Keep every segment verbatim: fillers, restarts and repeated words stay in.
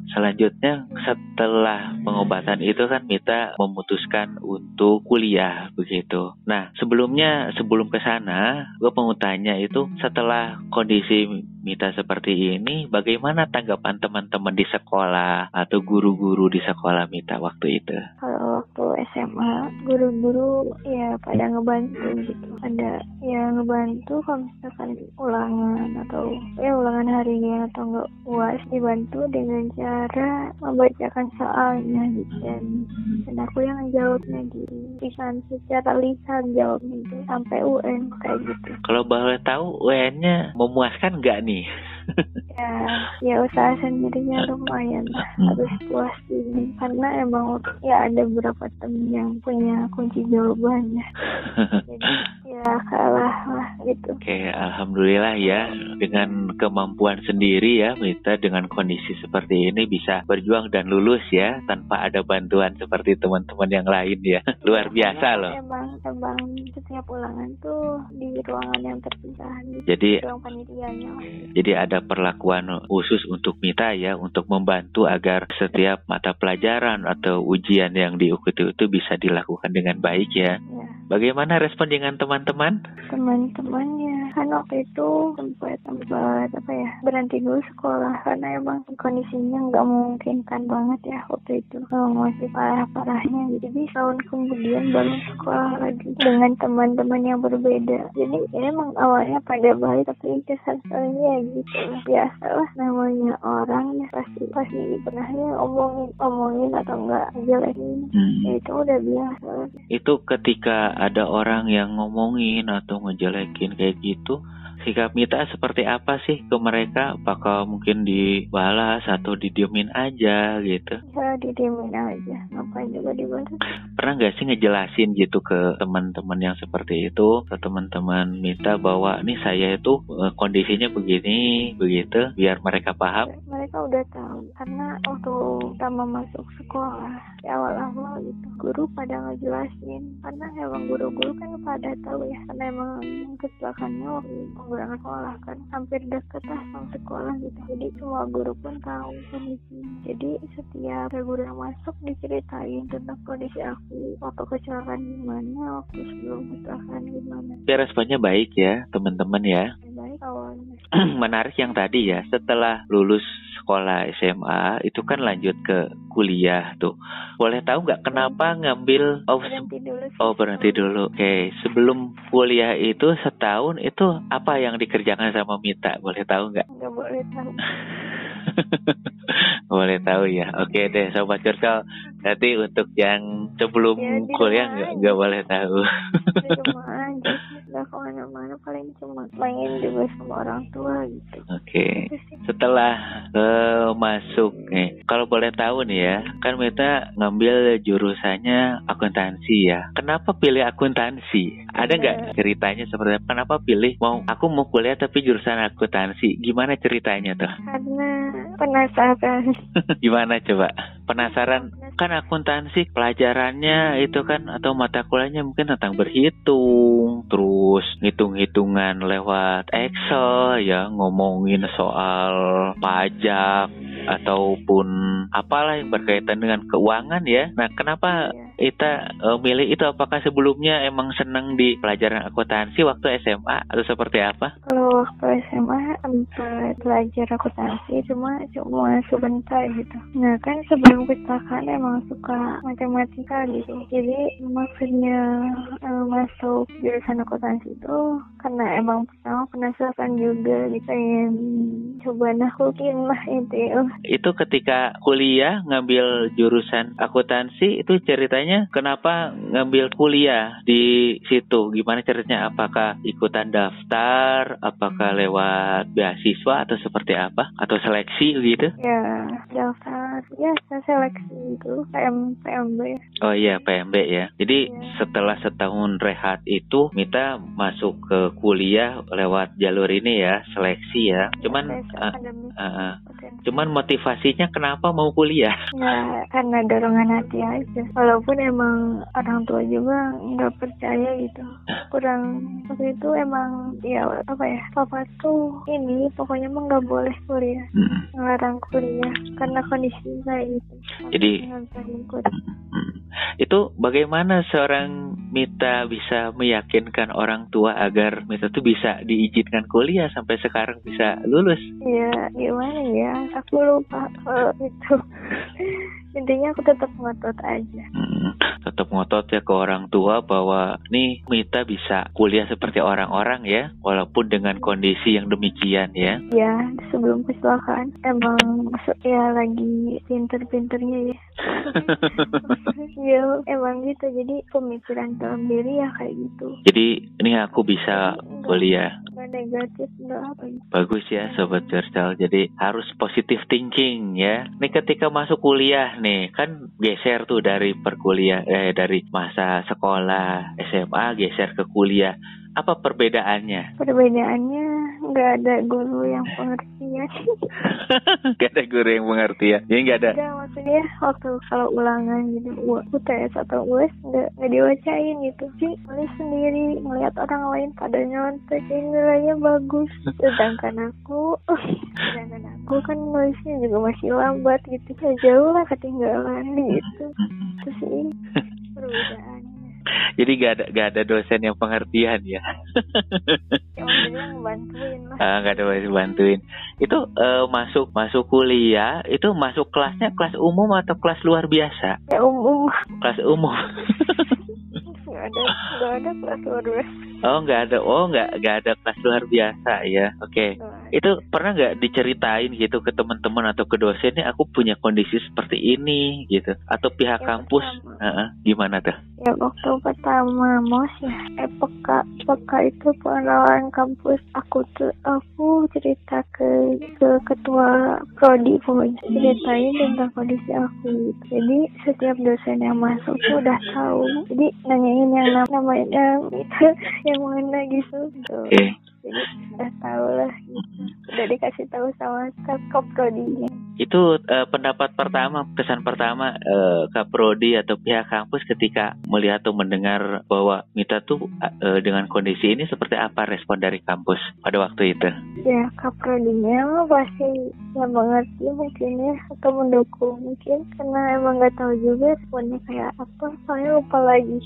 selanjutnya setelah pengobatan itu kan Mita memutuskan untuk kuliah begitu. Nah sebelumnya sebelum ke sana gue mau tanya itu setelah kondisi Mita seperti ini, bagaimana tanggapan teman-teman di sekolah atau guru-guru di sekolah Mita waktu itu? Kalau waktu S M A, guru-guru ya pada ngebantu gitu. Ada yang ngebantu kalau misalkan ulangan atau ya ulangan harian atau enggak U A S, dibantu dengan cara membacakan soalnya gitu. Dan, dan aku yang jawabnya gitu. Lisan secara lisan jawabnya gitu. Sampai U N kayak gitu. Kalau boleh tahu U N-nya memuaskan nggak nih? ya ya usaha sendirinya lumayan lah, harus puas ini karena emang ya ada beberapa temen yang punya kunci jawabannya. Jadi ya kalah lah gitu. Oke, alhamdulillah ya dengan kemampuan sendiri ya Mita, dengan kondisi seperti ini bisa berjuang dan lulus ya tanpa ada bantuan seperti teman-teman yang lain ya. Luar biasa loh. Emang emang setiap ulangan tuh di ruangan yang terpisah di jadi ruang panitianya. Jadi ada perlakuan khusus untuk Mita ya, untuk membantu agar setiap mata pelajaran atau ujian yang diikuti itu bisa dilakukan dengan baik ya. Ya. Bagaimana respon dengan teman-teman? Teman-temannya kan waktu itu sempat sempat apa ya berhenti dulu sekolah karena emang kondisinya nggak memungkinkan banget ya waktu itu, oh, masih parah-parahnya. Jadi tahun kemudian baru sekolah lagi dengan teman-teman yang berbeda. Jadi ya emang awalnya pada baik tapi kesan-kesannya gitu. Biasalah namanya orang ya, pasti pasti pernahnya omongin omongin atau enggak jelekin. Hmm. Ya, itu udah biasa. Itu ketika ada orang yang ngomongin atau ngejelekin kayak gitu, sikap Mita seperti apa sih ke mereka? Apakah mungkin dibalas atau didiemin aja gitu? Ya didiemin aja, ngapain juga dibalas. Pernah nggak sih ngejelasin gitu ke teman-teman yang seperti itu, ke teman-teman Mita bahwa nih saya itu uh, kondisinya begini, begitu, biar mereka paham? Mereka udah tahu karena waktu pertama masuk sekolah di awal-awal gitu, guru pada ngejelasin karena emang guru-guru kan pada tahu ya, karena emang kecelakaannya waktu menggunakan sekolah kan hampir deket lah sama sekolah gitu. Jadi semua guru pun tahu kondisinya. Jadi setiap guru yang masuk diceritain tentang kondisi aku waktu kecelakaan gimana, waktu sebelum kecelakaan gimana. Ya, responnya baik ya teman-teman ya. Baik awalnya. Menarik yang tadi ya, setelah lulus sekolah S M A itu kan lanjut ke kuliah tuh. Boleh tahu nggak kenapa ngambil oh, berhenti dulu sih. oh berhenti dulu. Oke, sebelum kuliah itu setahun itu apa yang dikerjakan sama Mita? Boleh tahu nggak? Nggak boleh tahu. Boleh tahu ya. Oke deh Sobat Curcol. Nanti untuk yang sebelum Ya, kuliah nggak nggak boleh tahu. Di rumah aja, nggak kemana-mana, paling cuma main juga sama orang tua gitu. Oke. Setelah uh, masuk nih, kalau boleh tahu nih ya, kan Mita ngambil jurusannya akuntansi ya. Kenapa pilih akuntansi? Ada nggak ceritanya seperti apa? Kenapa pilih mau aku mau kuliah tapi jurusan akuntansi? Gimana ceritanya tuh? Karena penasaran. Gimana coba? Penasaran kan akuntansi pelajarannya itu kan atau mata kuliahnya mungkin tentang berhitung, terus hitung-hitungan lewat Excel ya, ngomongin soal pajak ataupun apalah yang berkaitan dengan keuangan ya. Nah, kenapa Ita uh, milih itu? Apakah sebelumnya emang senang di pelajaran akuntansi waktu S M A atau seperti apa? Kalau waktu S M A sempat belajar akuntansi cuma cuma sebentar gitu. Nah kan sebelum kecelakaan emang suka matematika gitu. Jadi maksudnya uh, masuk jurusan akuntansi itu karena emang pertama penasaran juga gitu, pengen coba naklukin lah itu. Itu ketika kuliah ngambil jurusan akuntansi itu ceritanya kenapa ngambil kuliah di situ? Gimana ceritanya? Apakah ikutan daftar? Apakah lewat beasiswa atau seperti apa? Atau seleksi gitu? Ya daftar kelar biasa seleksi itu P M P M B. Oh iya, P M B ya. Jadi Iya. setelah setahun rehat itu Mita masuk ke kuliah lewat jalur ini ya, seleksi ya. Cuman Tes uh, akademik. uh, uh, Oke. cuman motivasinya kenapa mau kuliah? Ya karena dorongan hati aja. Walaupun emang orang tua juga nggak percaya gitu. Kurang waktu itu emang ya apa ya? Papa tuh ini pokoknya emang nggak boleh kuliah, Hmm. ngelarang kuliah karena kondisi kayak gitu. Jadi Nggak bisa kuliah. Hmm. Itu bagaimana seorang Mita bisa meyakinkan orang tua agar Mita tuh bisa diizinkan kuliah sampai sekarang bisa lulus? Ya gimana ya? Aku lupa kalau itu. Intinya aku tetap ngotot aja. Hmm, tetap ngotot ya ke orang tua bahwa nih Mita bisa kuliah seperti orang-orang ya, walaupun dengan kondisi yang demikian ya. Ya sebelum kecelakaan emang ya lagi pinter-pinternya ya. Ya emang gitu, jadi pemikiran dalam diri ya kayak gitu. Jadi ini aku bisa kuliah. Nggak negatif, nggak apa gitu. Bagus ya Sobat Jurcel. Jadi harus positive thinking ya. Nih ketika masuk kuliah nih kan geser tuh dari perkuliah eh dari masa sekolah S M A geser ke kuliah. Apa perbedaannya? Perbedaannya nggak ada guru yang pengertian. Gak ada guru yang pengertian. Jadi gak ada. Nggak, maksudnya waktu kalau ulangan gitu U T S atau U S nggak nggak dibacain gitu. Sih nulis sendiri, ngeliat orang lain pada nyontek nilainya bagus. Sedangkan aku, sedangkan aku kan nulisnya juga masih lambat gitu. Ya jauh lah ketinggalan gitu. Itu sih perbedaannya. Jadi gak ada gak ada dosen yang pengertian ya. Ya maksudnya ngebantuin lah. Ah, gak ada yang bantuin. Itu eh, masuk masuk kuliah itu masuk kelasnya kelas umum atau kelas luar biasa? Ya umum. Kelas umum. Nggak ada, nggak ada kelas luar biasa. Oh nggak ada, oh nggak nggak ada kelas luar biasa ya. Oke, okay. Itu pernah nggak diceritain gitu ke teman-teman atau ke dosennya? Aku punya kondisi seperti ini gitu, atau pihak Ya, kampus? Uh-uh, gimana tuh? Ya waktu pertama mos ya, eh peka peka itu pengenalan kampus. Aku tuh aku cerita ke ke ketua prodi pokoknya ceritain tentang kondisi aku. Gitu. Jadi setiap dosen yang masuk tuh udah tahu. Jadi nanyain yang nam- namanya itu yang mana gitu. Oke. Okay. Jadi udah tahu lah gitu. Udah dikasih tahu sama kaprodinya. Itu uh, pendapat pertama, kesan pertama uh, kaprodi atau pihak kampus ketika melihat atau mendengar bahwa Mita tuh uh, dengan kondisi ini seperti apa respon dari kampus pada waktu itu? Ya kaprodinya pasti ya mengerti mungkin ya atau mendukung mungkin karena emang nggak tahu juga responnya kayak apa, soalnya lupa lagi.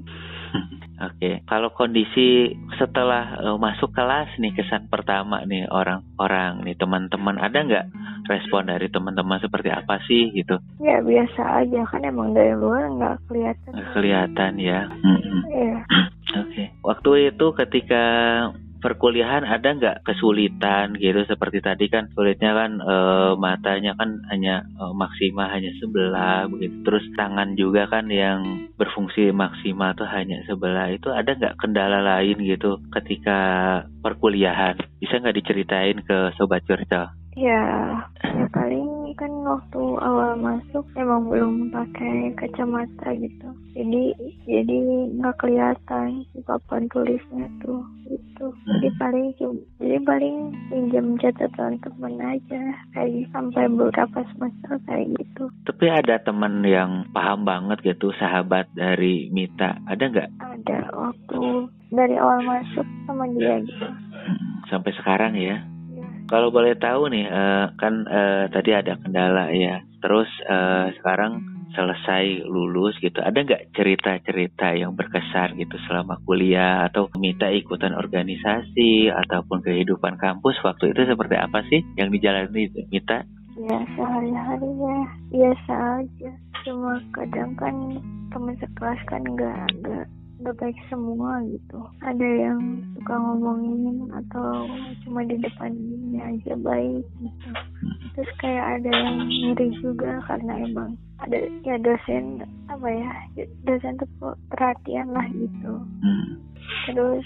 Oke, okay. Kalau kondisi setelah uh, masuk kelas nih kesan pertama nih orang-orang nih teman-teman ada nggak respon dari teman-teman seperti apa sih gitu? Ya biasa aja kan emang dari luar nggak kelihatan. Nggak kelihatan ya. Mm-hmm. Iya. Oke. Okay. Waktu itu ketika perkuliahan ada nggak kesulitan gitu seperti tadi kan sulitnya kan e, matanya kan hanya e, maksimal hanya sebelah begitu, terus tangan juga kan yang berfungsi maksimal tuh hanya sebelah, itu ada nggak kendala lain gitu ketika perkuliahan, bisa nggak diceritain ke Sobat Jurcel? Ya, ya paling kan waktu awal masuk emang belum pakai kacamata gitu. Jadi jadi nggak kelihatan si papan tulisnya tuh gitu. Jadi paling jadi paling pinjam catatan teman aja kayak sampai beberapa semester kayak gitu. Tapi ada teman yang paham banget gitu, sahabat dari Mita, ada nggak? Ada waktu dari awal masuk sama dia gitu. Sampai sekarang ya. Kalau boleh tahu nih, uh, kan uh, tadi ada kendala ya. Terus uh, sekarang selesai lulus gitu, ada nggak cerita-cerita yang berkesan gitu selama kuliah atau Mita ikutan organisasi ataupun kehidupan kampus waktu itu seperti apa sih yang dijalani Mita? Ya sehari-hari ya biasa aja. Cuma kadang kan teman sekelas kan nggak nggak nggak baik semua gitu. Ada yang suka ngomongin atau cuma di depannya aja baik gitu. Terus kayak ada yang ngiri juga karena emang ada ya dosen apa ya dosen tuh perhatian lah gitu. Terus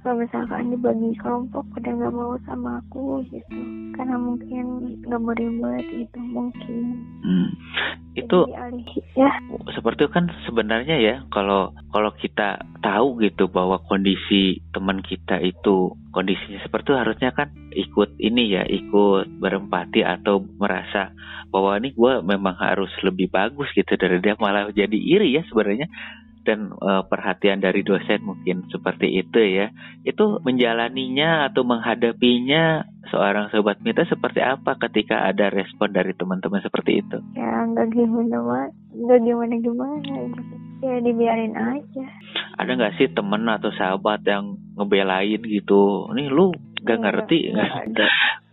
kalau misalkan dibagi kelompok pada nggak mau sama aku gitu, karena mungkin nggak mau ribet gitu mungkin. Hmm. Itu Jadi alih ya. seperti itu kan sebenarnya ya, kalau kalau kita tahu gitu bahwa kondisi teman kita itu kondisinya seperti itu, harusnya kan ikut ini ya, ikut berempati atau merasa bahwa ini gue memang harus lebih bagus gitu dari dia, malah jadi iri ya sebenarnya. Dan uh, perhatian dari dosen mungkin seperti itu ya. Itu menjalaninya atau menghadapinya seorang sobat Mita seperti apa ketika ada respon dari teman-teman seperti itu? Ya nggak gimana, nggak gimana gimana gitu. Ya dibiarin aja. Ada nggak sih temen atau sahabat yang ngebelain gitu? Nih lu nggak ngerti? Nggak ada.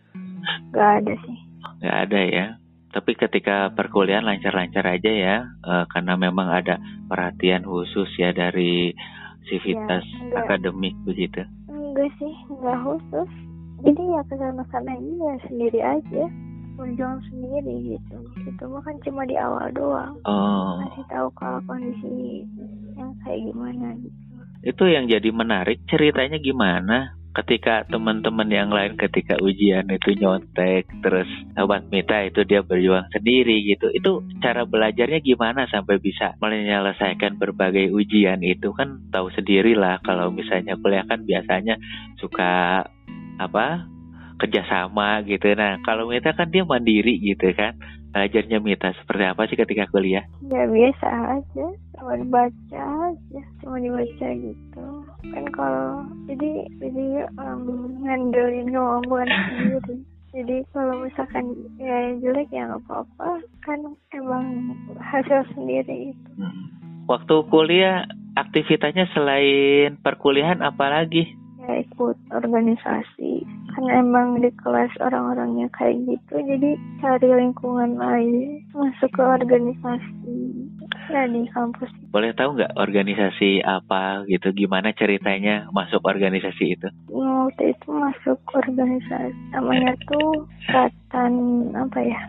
Nggak ada sih. Nggak ada ya. Tapi ketika perkuliahan lancar-lancar aja ya, uh, karena memang ada perhatian khusus ya dari sivitas ya, akademik begitu. Enggak sih, enggak khusus. Jadi ya kesana-sana ini ya sendiri aja, berjuang sendiri gitu. Itu mah kan cuma di awal doang. Oh. Kasih tahu kalau kondisi yang kayak gimana gitu. Itu yang jadi menarik, ceritanya gimana? Ketika teman-teman yang lain ketika ujian itu nyontek, terus sobat Mita itu dia berjuang sendiri gitu. Itu cara belajarnya gimana sampai bisa menyelesaikan berbagai ujian itu? Kan tahu sendiri lah kalau misalnya kuliah kan biasanya suka apa kerjasama gitu. Nah kalau Mita kan dia mandiri gitu kan. Belajarnya Mita seperti apa sih ketika kuliah? Ya biasa aja, cuma dibaca aja, cuma dibaca gitu. Kan kalau jadi jadi um, ngandelin kemampuan sendiri. Jadi kalau misalkan ya jelek ya nggak apa-apa, kan emang hasil sendiri itu. Hmm. Waktu kuliah aktivitasnya selain perkuliahan apa lagi? Ya ikut organisasi, karena emang di kelas orang-orangnya kayak gitu, jadi cari lingkungan lain, masuk ke organisasi ya di kampus. Boleh tahu nggak organisasi apa gitu, gimana ceritanya masuk organisasi itu? Waktu itu masuk organisasi namanya tuh Ikatan apa ya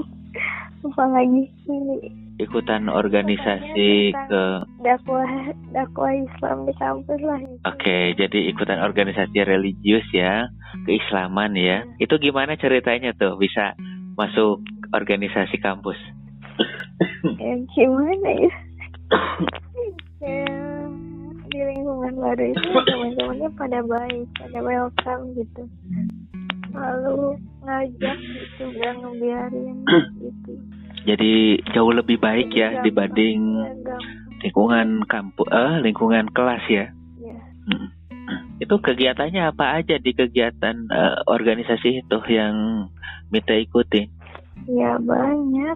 lupa lagi. Ikutan organisasi ke dakwah dakwah Islam di kampus lah. Oke, okay, jadi ikutan organisasi religius ya, keislaman ya. Hmm. Itu gimana ceritanya tuh bisa masuk organisasi kampus? Ya gimana ya? Ya di lingkungan baru itu teman-temannya pada baik, pada welcome gitu. Lalu ngajak gitu, gak ngebiarin gitu. Jadi jauh lebih baik ya gampang, dibanding ya, lingkungan kampus, eh lingkungan kelas ya. Ya. Hmm. Itu kegiatannya apa aja di kegiatan uh, organisasi itu yang Mita ikuti? Ya banyak,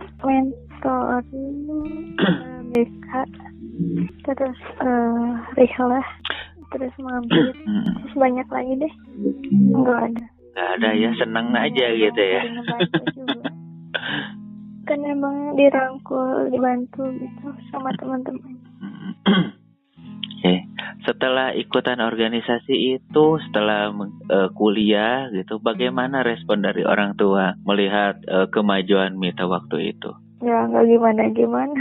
mentoring, B K, terus uh, rihlah, terus mampir, hmm. terus banyak lagi deh. Enggak ada. Enggak ada ya, senang ya, aja gitu ya. Kan emang dirangkul, dibantu gitu sama teman-teman. Oke, okay. Setelah ikutan organisasi itu, setelah uh, kuliah gitu, bagaimana respon dari orang tua melihat uh, kemajuan Mita waktu itu? Ya nggak gimana-gimana.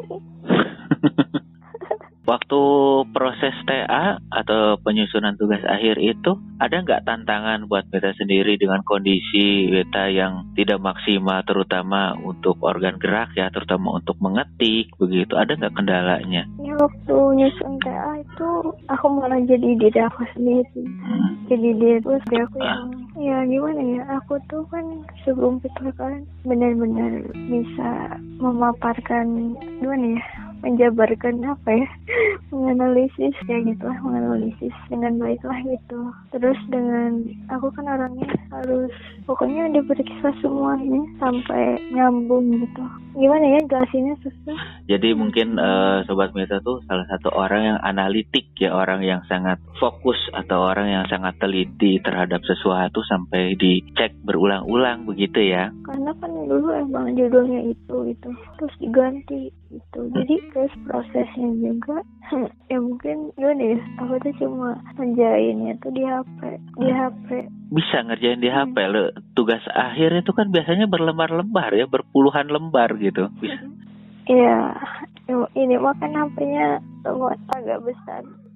Waktu proses T A atau penyusunan tugas akhir itu, ada nggak tantangan buat Mita sendiri dengan kondisi Mita yang tidak maksimal, terutama untuk organ gerak ya, terutama untuk mengetik begitu, ada nggak kendalanya? Ya waktu nyusun T A itu aku malah jadi diri aku sendiri, hmm. jadi diri terus dia aku yang ya gimana ya, aku tuh kan sebelum itu kan benar-benar bisa memaparkan gimana ya, menjabarkan apa ya, menganalisis ya gitulah, menganalisis dengan baik lah gitu. Terus dengan aku kan orangnya harus pokoknya diperiksa semuanya sampai nyambung gitu. Gimana ya jelasinnya susah. Jadi mungkin uh, Sobat Mita tuh salah satu orang yang analitik ya, orang yang sangat fokus atau orang yang sangat teliti terhadap sesuatu sampai dicek berulang-ulang begitu ya. Karena kan dulu emang judulnya itu itu terus diganti gitu. Jadi terus prosesnya juga ya mungkin gimana ya, aku tuh cuma ngerjainnya tuh di H P di H P bisa ngerjain di H P hmm. lo. Tugas akhir itu kan biasanya berlembar-lembar ya, berpuluhan lembar gitu. Bisa. Iya, ini mah kan H P-nya agak besar.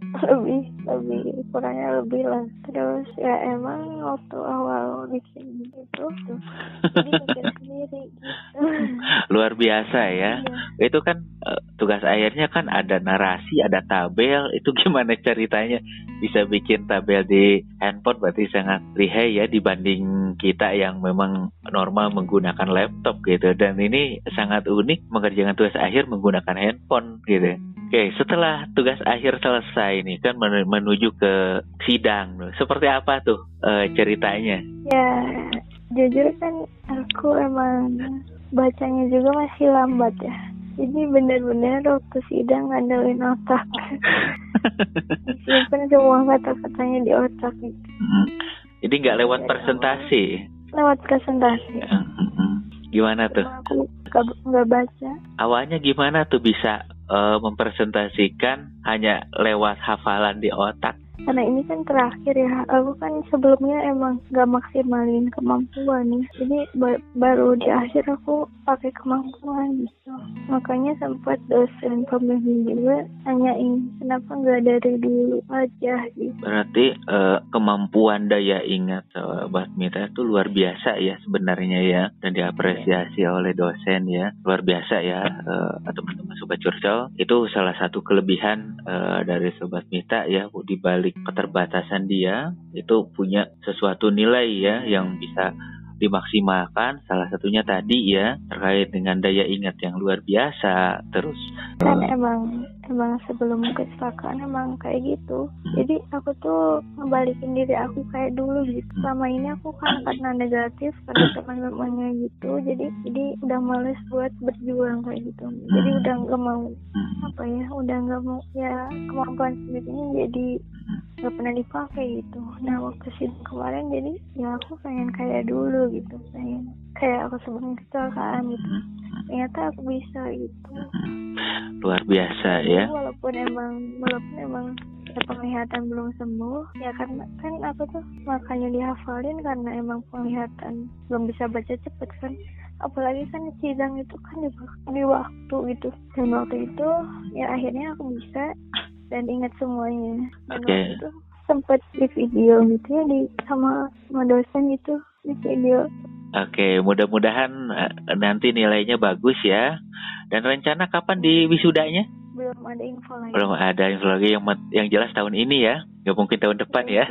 lebih lebih kurangnya lebih lah. Terus ya emang waktu awal bikin itu tuh jadi mikir sendiri gitu. Luar biasa ya. Iya. Itu kan eh, tugas akhirnya kan ada narasi, ada tabel. Itu gimana ceritanya bisa bikin tabel di handphone? Berarti sangat lihai ya dibanding kita yang memang normal menggunakan laptop gitu. Dan ini sangat unik mengerjakan tugas akhir menggunakan handphone gitu. Oke, setelah tugas akhir selesai nih kan men- menuju ke sidang. Seperti apa tuh eh, ceritanya? Ya jujur kan aku emang bacanya juga masih lambat ya. Jadi benar-benar waktu sidang ngandelin otak. Simpen semua kata-katanya di otak gitu. Hmm. Jadi nggak lewat presentasi? Lewat presentasi. Hmm. Gimana tuh? Aku nggak baca. Awalnya gimana tuh bisa uh, mempresentasikan hanya lewat hafalan di otak? Karena ini kan terakhir ya, aku kan sebelumnya emang gak maksimalin kemampuan ya. Jadi ba- baru di akhir aku pakai kemampuan gitu. Makanya sempat dosen pembimbing juga nanyain kenapa gak dari dulu aja gitu. Berarti uh, kemampuan daya ingat Sobat Mita itu luar biasa ya sebenarnya ya. Dan diapresiasi oleh dosen ya. Luar biasa ya uh, teman-teman Sobat Curcol. Itu salah satu kelebihan uh, dari Sobat Mita ya, di balik keterbatasan dia itu punya sesuatu nilai ya yang bisa dimaksimalkan. Salah satunya tadi ya terkait dengan daya ingat yang luar biasa. Terus kan uh, emang emang sebelum kecelakaan emang kayak gitu. Jadi aku tuh ngebalikin diri aku kayak dulu gitu. Selama ini aku kan karena negatif karena teman-temannya gitu. Jadi jadi udah males buat berjuang kayak gitu. Jadi udah nggak mau apa ya, udah nggak mau ya kemampuan sendirinya jadi nggak pernah dipakai gitu. Nah waktu sidang kemarin jadi ya aku pengen kayak dulu gitu, pengen kayak aku sebelum kecelakaan gitu. Ternyata aku bisa gitu. Luar biasa jadi, ya. Walaupun emang walaupun emang ya, penglihatan belum sembuh ya karena kan aku tuh makanya dihafalin karena emang penglihatan belum bisa baca cepet kan. Apalagi kan sidang itu kan di, di waktu gitu. Dan waktu itu ya akhirnya aku bisa dan ingat semuanya. Dan okay. waktu itu sempat di video gitu ya di sama, sama dosen gitu di video. Oke, okay, mudah-mudahan nanti nilainya bagus ya. Dan rencana kapan di wisudanya? Belum ada info lagi. Belum ada info lagi, yang yang jelas tahun ini ya. Gak mungkin tahun depan ya.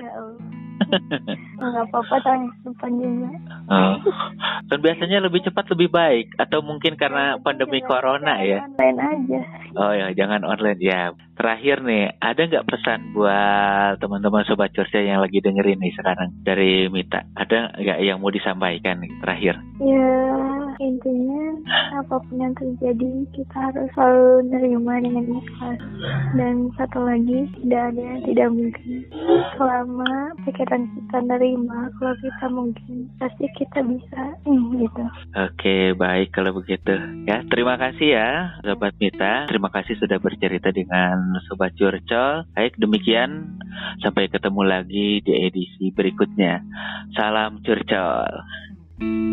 Enggak apa-apa tahun depan juga. Oh. Dan biasanya lebih cepat lebih baik atau mungkin karena ya, pandemi corona ya? Online aja. Oh ya, jangan online ya. Terakhir nih, ada nggak pesan buat teman-teman Sobat Curcol yang lagi dengerin nih sekarang dari Mita? Ada nggak yang mau disampaikan nih terakhir? Ya, intinya apapun yang terjadi kita harus selalu menerima dengan ikhlas. Dan satu lagi, tidak ada yang tidak mungkin. Selama pikiran kita nerima, kalau kita mungkin, pasti kita bisa. Hmm, gitu. Oke, baik kalau begitu. Ya, terima kasih ya Sobat Mita. Terima kasih sudah bercerita dengan Sobat Curcol. Baik, demikian. Sampai ketemu lagi di edisi berikutnya. Salam Curcol.